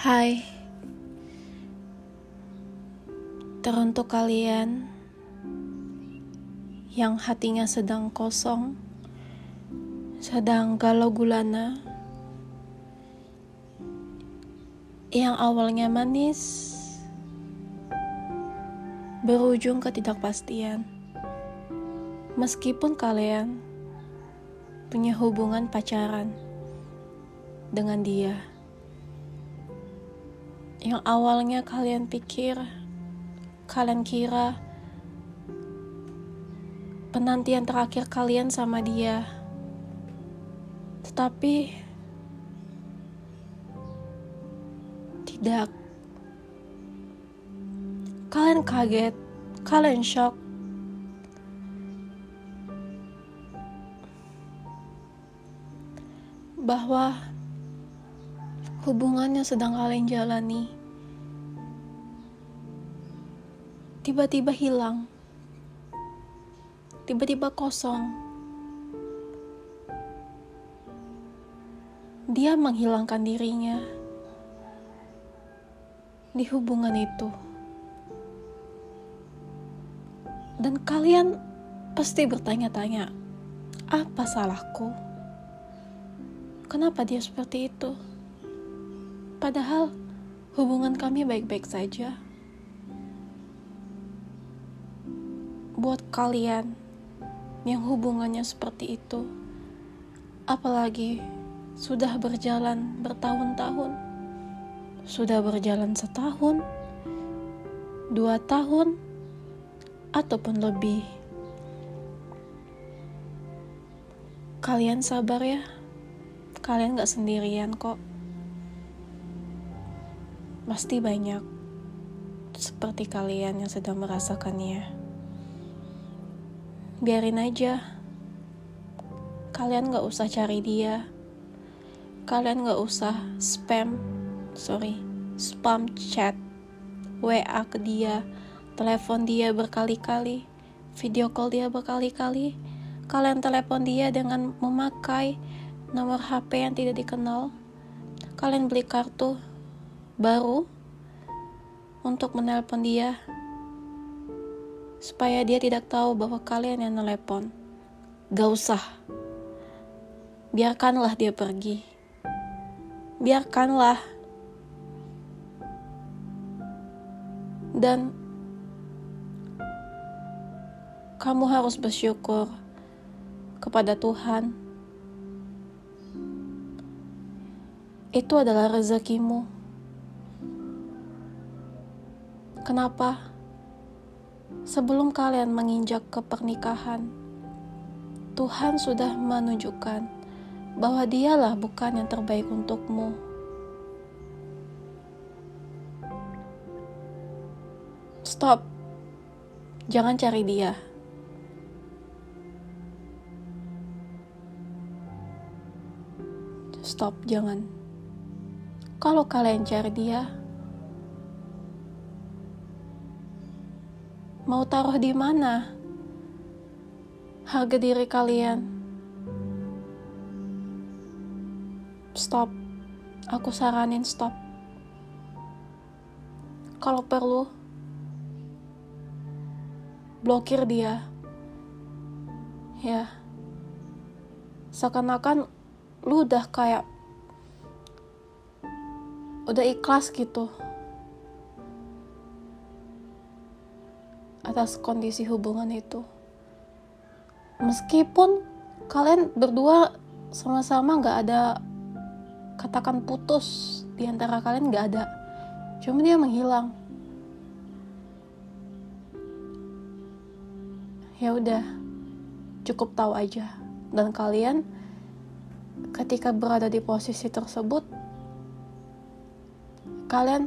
Hai, teruntuk kalian yang hatinya sedang kosong, sedang galau gulana, yang awalnya manis, berujung ketidakpastian. Meskipun kalian punya hubungan pacaran dengan dia, yang awalnya kalian kira penantian terakhir kalian sama dia, tetapi tidak. Kalian kaget, kalian shock. Bahwa hubungannya sedang kalian jalani tiba-tiba hilang, tiba-tiba kosong. Dia menghilangkan dirinya di hubungan itu. Dan kalian pasti bertanya-tanya, apa salahku? Kenapa dia seperti itu? Padahal hubungan kami baik-baik saja. Buat kalian yang hubungannya seperti itu, apalagi sudah berjalan bertahun-tahun, sudah berjalan setahun, 2 tahun, ataupun lebih. Kalian sabar ya, kalian gak sendirian kok. Pasti banyak seperti kalian yang sedang merasakannya. Biarin aja. Kalian gak usah cari dia. Kalian gak usah spam chat WA ke dia, telepon dia berkali-kali, video call dia berkali-kali. Kalian telepon dia dengan memakai nomor HP yang tidak dikenal. Kalian beli kartu baru untuk menelpon dia, supaya dia tidak tahu bahwa kalian yang nelepon. Gak usah. Biarkanlah dia pergi. Biarkanlah. Dan kamu harus bersyukur kepada Tuhan. Itu adalah rezekimu. Kenapa? Sebelum kalian menginjak ke pernikahan, Tuhan sudah menunjukkan bahwa dialah bukan yang terbaik untukmu. Stop. Jangan cari dia. Stop, jangan. Kalau kalian cari dia, mau taruh di mana harga diri kalian? Stop. Aku saranin stop. Kalau perlu, blokir dia. Ya. Seakan-akan lu udah udah ikhlas gitu atas kondisi hubungan itu. Meskipun kalian berdua sama-sama gak ada katakan putus, di antara kalian gak ada, cuma dia menghilang. Ya udah, cukup tahu aja. Dan kalian ketika berada di posisi tersebut, kalian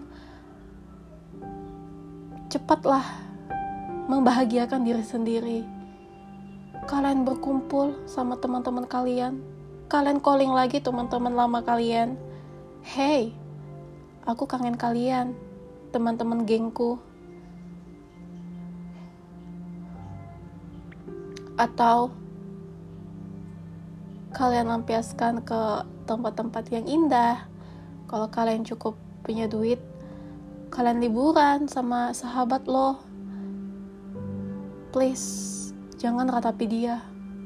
cepatlah membahagiakan diri sendiri. Kalian berkumpul sama teman-teman kalian. Kalian calling lagi teman-teman lama kalian. Hey, aku kangen kalian, teman-teman gengku. Atau kalian lampiaskan ke tempat-tempat yang indah. Kalau kalian cukup punya duit, kalian liburan sama sahabat lo. Please, jangan ratapi dia.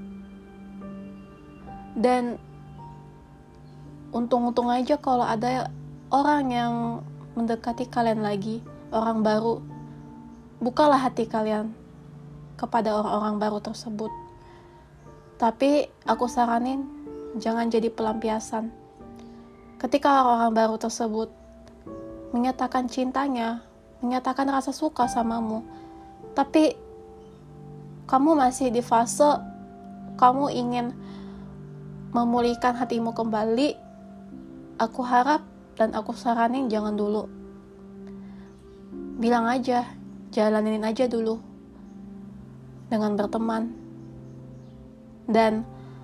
Dan untung-untung aja kalau ada orang yang mendekati kalian lagi, orang baru. Bukalah hati kalian kepada orang-orang baru tersebut. Tapi aku saranin, jangan jadi pelampiasan. Ketika orang-orang baru tersebut menyatakan cintanya, menyatakan rasa suka samamu, tapi kamu masih di fase kamu ingin memulihkan hatimu kembali, aku harap dan aku saranin jangan dulu. Bilang aja, jalanin aja dulu dengan berteman. Dan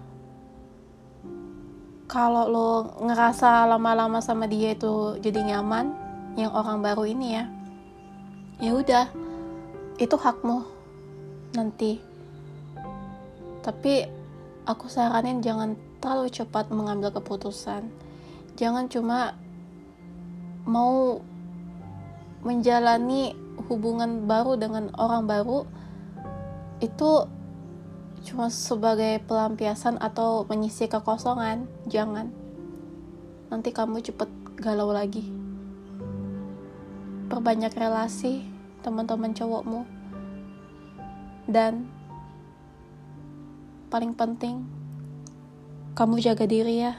kalau lo ngerasa lama-lama sama dia itu jadi nyaman, yang orang baru ini ya udah, itu hakmu nanti. Tapi aku saranin jangan terlalu cepat mengambil keputusan. Jangan cuma mau menjalani hubungan baru dengan orang baru itu cuma sebagai pelampiasan atau mengisi kekosongan. Jangan, nanti kamu cepet galau lagi. Perbanyak relasi teman-teman cowokmu. Dan paling penting, kamu jaga diri ya.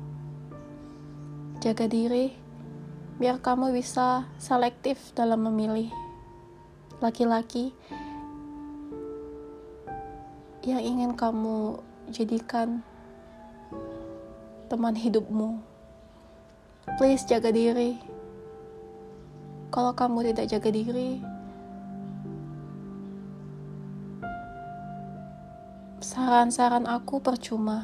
Jaga diri biar kamu bisa selektif dalam memilih laki-laki yang ingin kamu jadikan teman hidupmu. Please jaga diri. Kalau kamu tidak jaga diri, saran-saran aku percuma.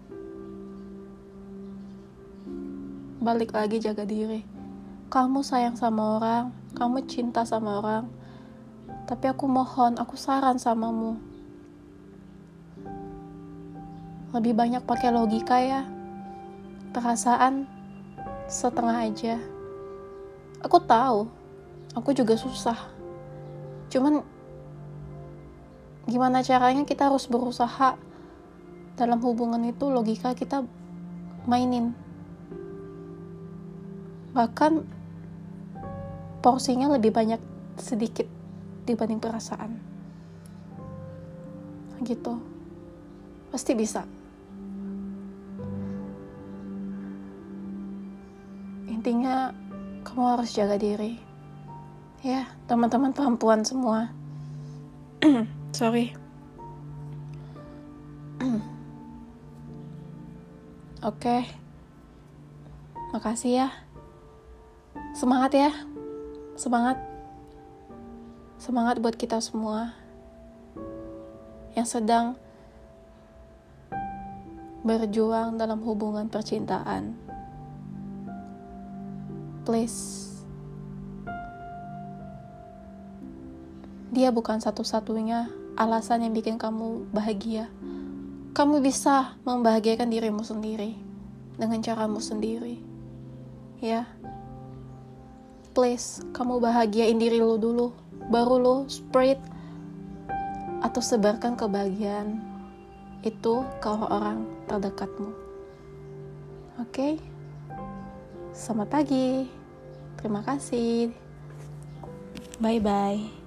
Balik lagi jaga diri. Kamu sayang sama orang, kamu cinta sama orang, tapi aku mohon, aku saran samamu, lebih banyak pakai logika ya. Perasaan setengah aja. Aku tahu, aku juga susah. Cuman gimana caranya kita harus berusaha dalam hubungan itu, logika kita mainin. Bahkan porsinya lebih banyak sedikit dibanding perasaan. Gitu. Pasti bisa. Intinya kamu harus jaga diri. Ya, teman-teman perempuan semua. Sorry. Oke. Makasih ya. Semangat ya. Semangat. Semangat buat kita semua yang sedang berjuang dalam hubungan percintaan. Please. Dia bukan satu-satunya alasan yang bikin kamu bahagia. Kamu bisa membahagiakan dirimu sendiri dengan caramu sendiri. Ya. Please, kamu bahagiain diri lu dulu, baru lu spread atau sebarkan kebahagiaan itu ke orang terdekatmu. Oke? Selamat pagi. Terima kasih. Bye-bye.